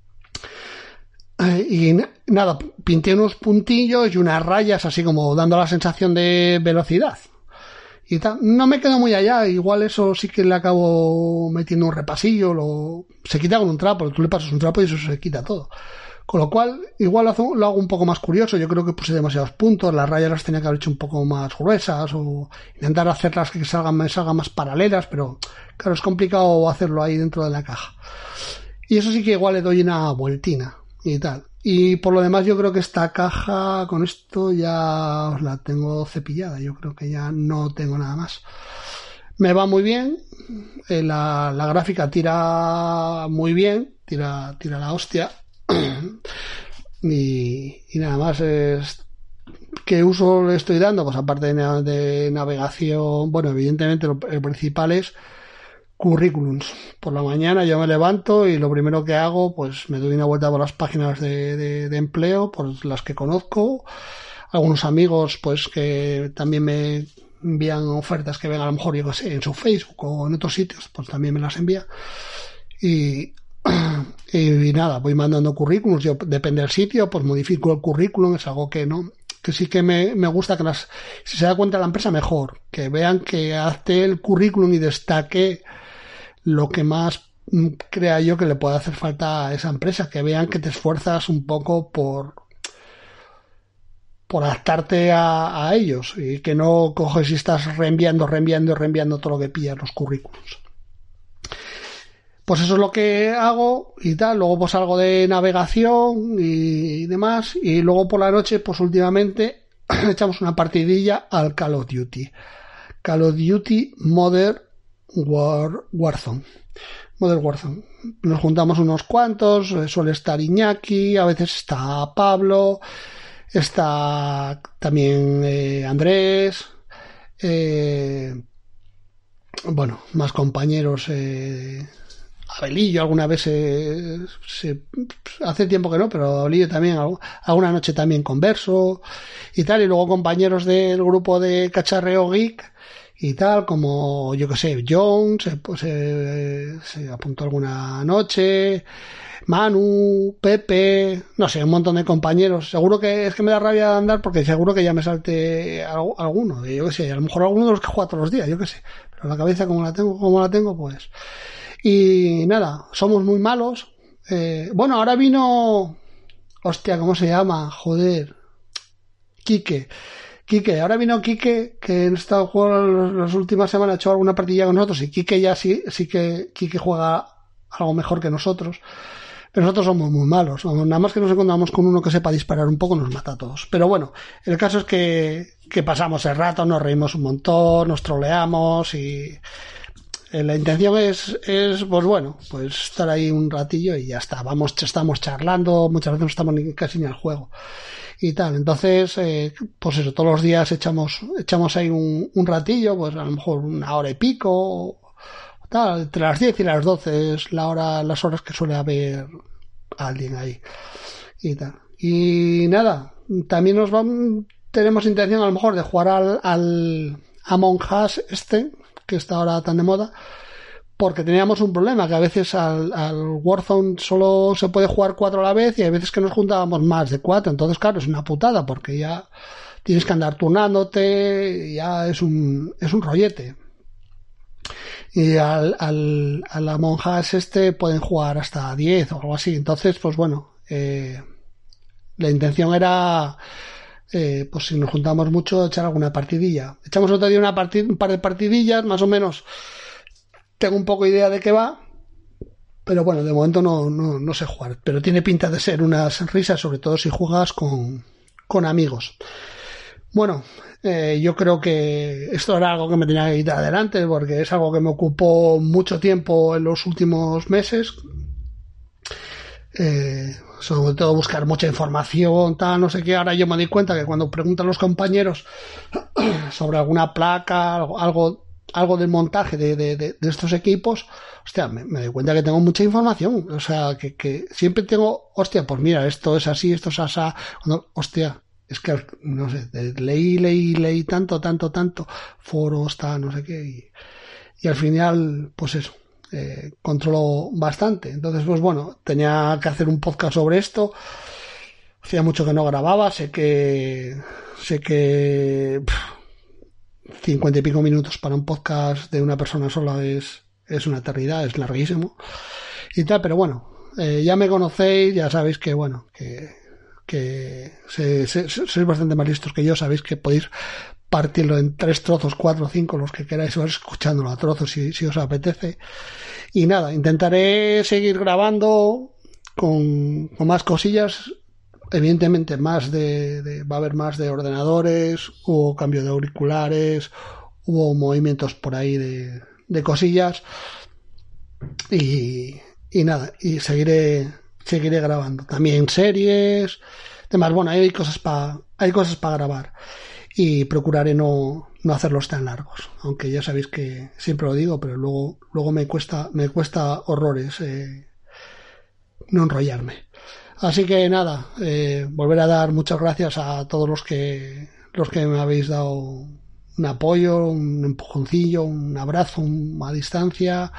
Y nada, pinté unos puntillos y unas rayas así como dando la sensación de velocidad. Y tal. No me quedo muy allá, igual eso sí que le acabo metiendo un repasillo, se quita con un trapo, tú le pasas un trapo y eso se quita todo. Con lo cual, igual lo hago un poco más curioso. Yo creo que puse demasiados puntos, las rayas las tenía que haber hecho un poco más gruesas, o intentar hacerlas que salgan más paralelas, pero claro, es complicado hacerlo ahí dentro de la caja. Y eso sí que igual le doy una vueltina y tal. Y por lo demás yo creo que esta caja con esto ya os la tengo cepillada. Yo creo que ya no tengo nada más. Me va muy bien. La gráfica tira muy bien. Tira la hostia. y nada más. ¿Qué uso le estoy dando? Pues aparte de navegación, bueno, evidentemente el principal es currículums. Por la mañana yo me levanto y lo primero que hago, pues me doy una vuelta por las páginas de empleo, por las que conozco, algunos amigos pues que también envían ofertas que ven a lo mejor, yo que sé, en su Facebook o en otros sitios, pues también me las envía. Y nada, voy mandando currículums. Yo, depende del sitio, pues modifico el currículum. Es algo que no, que sí que me gusta que si se da cuenta la empresa, mejor. Que vean que hace el currículum y destaque lo que más crea yo que le puede hacer falta a esa empresa. Que vean que te esfuerzas un poco por adaptarte a ellos y que no coges y estás reenviando todo lo que pillas los currículums. Pues eso es lo que hago y tal. Luego pues algo de navegación y demás. Y luego por la noche, pues últimamente echamos una partidilla al Call of Duty. Call of Duty Modern Warzone. Modern Warzone. Nos juntamos unos cuantos. Suele estar Iñaki, a veces está Pablo, está también Andrés. Bueno, más compañeros. Abelillo alguna vez hace tiempo que no, pero Abelillo también alguna noche también converso y tal, y luego compañeros del grupo de Cacharreo Geek y tal, como yo que sé, Jones pues, se apuntó alguna noche, Manu, Pepe, no sé, un montón de compañeros. Seguro que es que me da rabia andar porque seguro que ya me salte alguno, yo que sé, a lo mejor alguno de los que juega todos los días, yo que sé, pero la cabeza como la tengo pues. Y nada, somos muy malos. Bueno, ahora vino... Hostia, ¿cómo se llama? Joder. Quique. Ahora vino Quique, que en estado jugando las últimas semanas, ha hecho alguna partida con nosotros. Y Quique ya sí que Quique juega algo mejor que nosotros. Pero nosotros somos muy malos. Nada más que nos encontramos con uno que sepa disparar un poco, nos mata a todos. Pero bueno, el caso es que pasamos el rato, nos reímos un montón, nos troleamos y... La intención es, pues bueno, pues estar ahí un ratillo y ya está. Estamos charlando, muchas veces no estamos casi ni al juego y tal. Entonces, pues eso, todos los días echamos ahí un ratillo, pues a lo mejor una hora y pico, tal, entre las 10 y las 12 es las horas que suele haber alguien ahí y tal. Y nada, también tenemos intención a lo mejor de jugar al Among Us que está ahora tan de moda, porque teníamos un problema, que a veces al Warzone solo se puede jugar 4 a la vez y hay veces que nos juntábamos más de 4, entonces claro, es una putada porque ya tienes que andar turnándote, ya es un rollete. Y al Among Us pueden jugar hasta 10 o algo así, entonces pues bueno, la intención era pues si nos juntamos mucho echar alguna partidilla. Echamos otro día un par de partidillas, más o menos tengo un poco idea de qué va, pero bueno, de momento no sé jugar, pero tiene pinta de ser unas risas, sobre todo si juegas con amigos. Bueno, yo creo que esto era algo que me tenía que quitar adelante porque es algo que me ocupó mucho tiempo en los últimos meses. Sobre todo buscar mucha información, tal, no sé qué. Ahora yo me doy cuenta que cuando preguntan los compañeros sobre alguna placa, algo del montaje de estos equipos, hostia, me doy cuenta que tengo mucha información. O sea, que siempre tengo, hostia, pues mira, esto es así, esto es asá. Hostia, es que, no sé, leí tanto, foros, tal, no sé qué. Y al final, pues eso. Controlo bastante, entonces pues bueno, tenía que hacer un podcast sobre esto. Hacía mucho que no grababa, sé que 50 y pico minutos para un podcast de una persona sola es una eternidad, es larguísimo y tal, pero bueno, ya me conocéis, ya sabéis que bueno, que sois bastante más listos que yo, sabéis que podéis partirlo en 3 trozos, 4 o 5, los que queráis, o escuchándolo a trozos si os apetece. Y nada, intentaré seguir grabando con más cosillas. Evidentemente va a haber más de ordenadores, hubo cambio de auriculares, hubo movimientos por ahí de cosillas. Y nada, y seguiré grabando. También series, demás. Bueno, hay cosas para grabar. Y procuraré no hacerlos tan largos, aunque ya sabéis que siempre lo digo, pero luego me cuesta horrores no enrollarme. Así que nada, volver a dar muchas gracias a todos los que me habéis dado un apoyo, un empujoncillo, un abrazo, a distancia,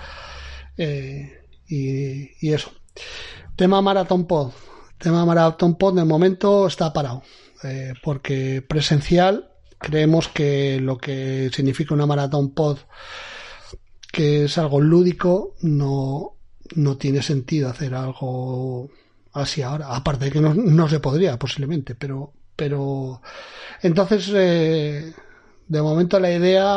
y eso. Tema Maratón Pod. De momento está parado, porque presencial creemos que lo que significa una Maratón Pod, que es algo lúdico, no tiene sentido hacer algo así ahora, aparte de que no se podría posiblemente, pero entonces de momento la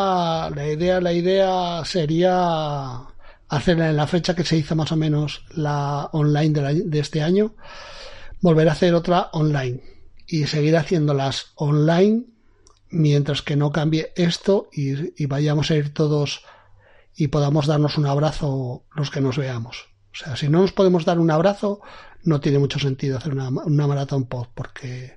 idea sería hacerla en la fecha que se hizo más o menos la online de este año, volver a hacer otra online y seguir haciéndolas online mientras que no cambie esto y vayamos a ir todos y podamos darnos un abrazo los que nos veamos. O sea, si no nos podemos dar un abrazo, no tiene mucho sentido hacer una Maratón Pod, porque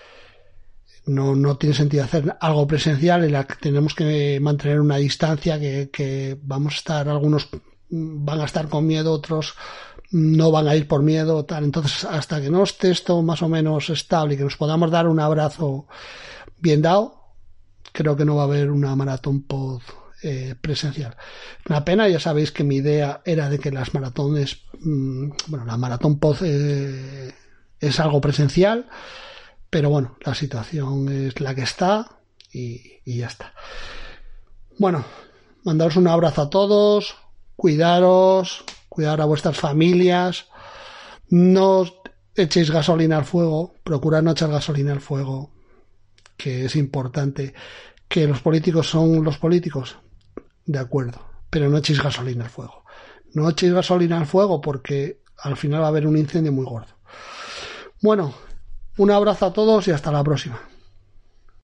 no tiene sentido hacer algo presencial en la que tenemos que mantener una distancia, que vamos a estar, algunos van a estar con miedo, otros no van a ir por miedo, tal. Entonces, hasta que no esté esto más o menos estable y que nos podamos dar un abrazo bien dado, creo que no va a haber una Maratón Pod presencial. Una pena, ya sabéis que mi idea era de que las maratones, la Maratón Pod es algo presencial, pero bueno, la situación es la que está y ya está. Bueno, mandaros un abrazo a todos, cuidaros, cuidar a vuestras familias, no echéis gasolina al fuego, procurad no echar gasolina al fuego, que es importante. Que los políticos son los políticos, de acuerdo, pero no echéis gasolina al fuego. No echéis gasolina al fuego porque al final va a haber un incendio muy gordo. Bueno, un abrazo a todos y hasta la próxima.